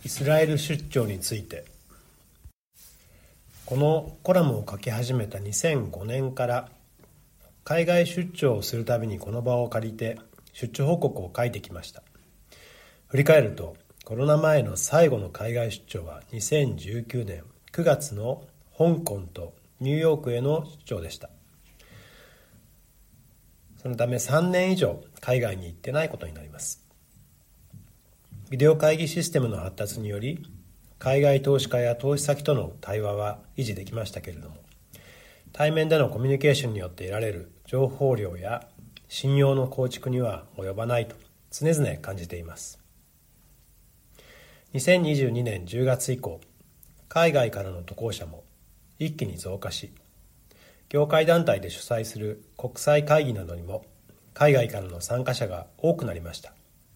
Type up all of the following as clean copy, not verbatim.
イスラエル出張について。このコラムを書き始めた2005年から海外出張をするたびにこの場を借りて出張報告を書いてきました。振り返るとコロナ前の最後の海外出張は2019年9月の香港とニューヨークへの出張でした。そのため3年以上海外に行ってないことになります。ビデオ会議システムの発達により海外投資家や投資先との対話は維持できましたけれども、対面でのコミュニケーションによって得られる情報量や信用の構築には及ばないと常々感じています。2022年10月以降、海外からの渡航者も一気に増加し、業界団体で主催する国際会議などにも海外からの参加者が多くなりました。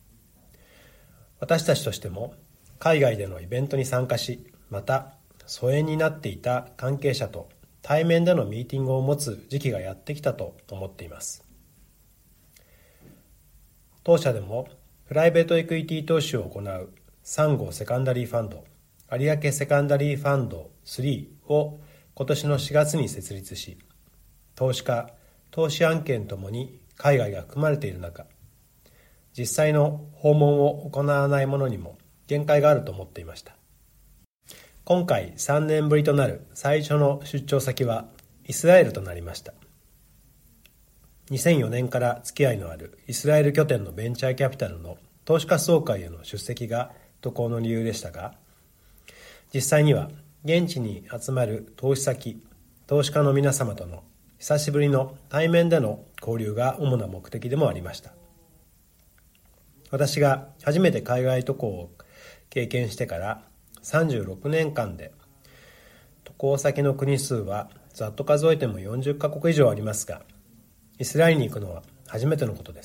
私たちとしても海外でのイベントに参加し、また疎遠になっていた関係者と対面でのミーティングを持つ時期がやってきたと思っています。当社でもプライベートエクイティ投資を行うサンゴセカンダリーファンド、有明セカンダリーファンド3を今年の4月に設立し、投資家、投資案件ともに海外が含まれている中、実際の訪問を行わないものにも限界があると思っていました。今回3年ぶりとなる最初の出張先はイスラエルとなりました。2004年から付き合いのあるイスラエル拠点のベンチャーキャピタルの投資家総会への出席が渡航の理由でしたが、実際には現地に集まる投資先、投資家の皆様との久しぶりの対面での交流が主な目的でもありました。私が初めて海外渡航を経験してから36年間で渡航先の国数はざっと数えても40カ国以上ありますが、イスラエルに行くのは初めてのことです。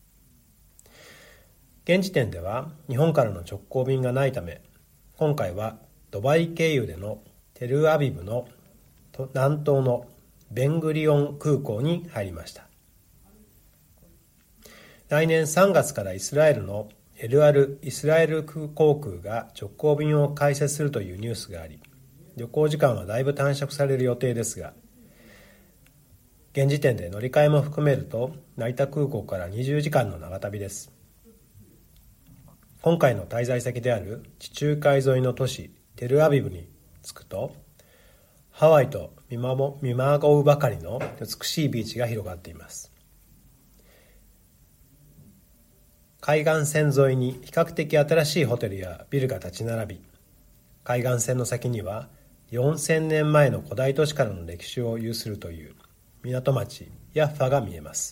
現時点では日本からの直行便がないため、今回はドバイ経由でのテルアビブの南東のベングリオン空港に入りました。来年3月からイスラエルのエルアルイスラエル航空が直行便を開設するというニュースがあり、旅行時間はだいぶ短縮される予定ですが、現時点で乗り換えも含めると成田空港から20時間の長旅です。今回の滞在先である地中海沿いの都市テルアビブに着くと、ハワイと見まごうばかりの美しいビーチが広がっています。海岸線沿いに比較的新しいホテルやビルが立ち並び、海岸線の先には4000年前の古代都市からの歴史を有するという港町ヤッファが見えます。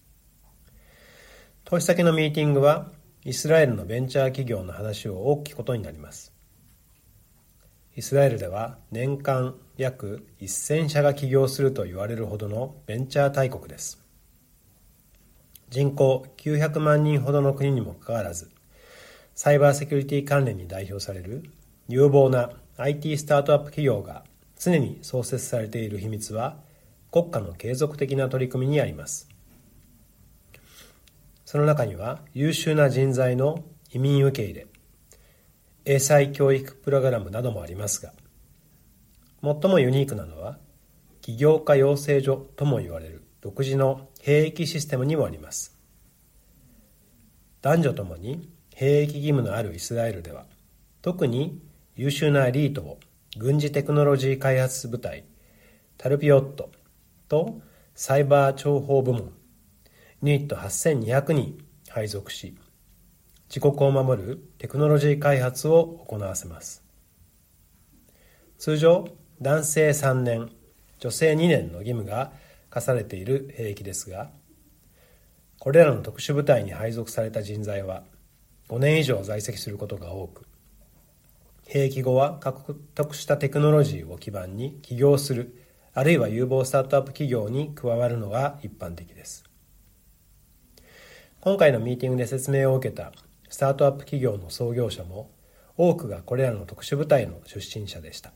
投資先のミーティングはイスラエルのベンチャー企業の話を多く聞くことになります。イスラエルでは年間約1000社が起業すると言われるほどのベンチャー大国です。人口900万人ほどの国にもかかわらず、サイバーセキュリティ関連に代表される有望な IT スタートアップ企業が常に創設されている秘密は国家の継続的な取り組みにあります。その中には優秀な人材の移民受け入れ、英才教育プログラムなどもありますが、最もユニークなのは起業家養成所とも言われる独自の兵役システムにもあります。男女ともに兵役義務のあるイスラエルでは、特に優秀なエリートを軍事テクノロジー開発部隊タルピオットとサイバー諜報部門ユニット8200人配属し、自国を守るテクノロジー開発を行わせます。通常男性3年女性2年の義務が課されている兵役ですが、これらの特殊部隊に配属された人材は5年以上在籍することが多く、兵役後は獲得したテクノロジーを基盤に起業する、あるいは有望スタートアップ企業に加わるのが一般的です。今回のミーティングで説明を受けたスタートアップ企業の創業者も多くがこれらの特殊部隊の出身者でした。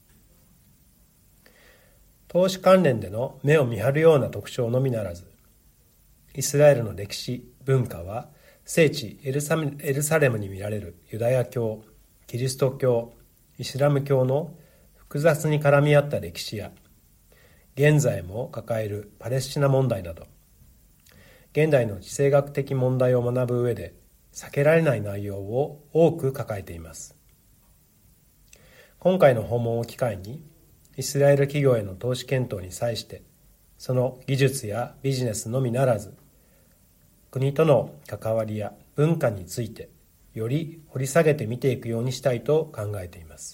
投資関連での目を見張るような特徴のみならず、イスラエルの歴史、文化は聖地エルサレムに見られるユダヤ教、 キリスト教、イスラム教の複雑に絡み合った歴史や、現在も抱えるパレスチナ問題など、現代の地政学的問題を学ぶ上で避けられない内容を多く抱えています。今回の訪問を機会に、イスラエル企業への投資検討に際して、その技術やビジネスのみならず、国との関わりや文化について、より掘り下げて見ていくようにしたいと考えています。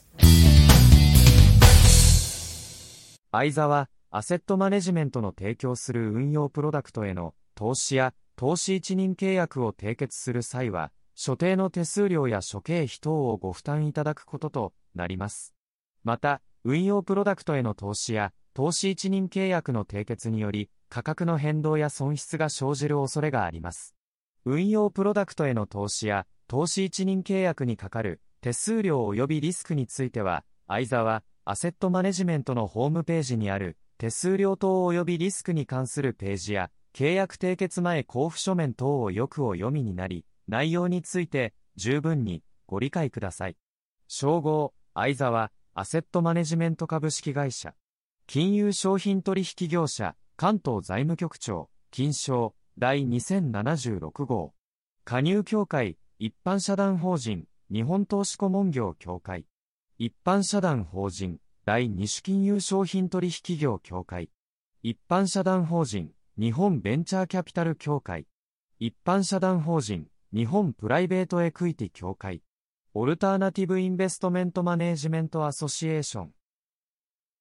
相沢アセットマネジメントの提供する運用プロダクトへの投資や投資一任契約を締結する際は、所定の手数料や諸経費等をご負担いただくこととなります。また、運用プロダクトへの投資や投資一任契約の締結により、価格の変動や損失が生じる恐れがあります。運用プロダクトへの投資や投資一任契約にかかる手数料及びリスクについては、相沢アセットマネジメントのホームページにある手数料等及びリスクに関するページや、契約締結前交付書面等をよくお読みになり、内容について十分にご理解ください。称号、相沢アセットマネジメント株式会社。金融商品取引業者、関東財務局長、金商、第2076号。加入協会、一般社団法人、日本投資顧問業協会。一般社団法人、第二種金融商品取引業協会。一般社団法人、日本ベンチャーキャピタル協会。一般社団法人、日本プライベートエクイティ協会。オルターナティブインベストメントマネージメントアソシエーション。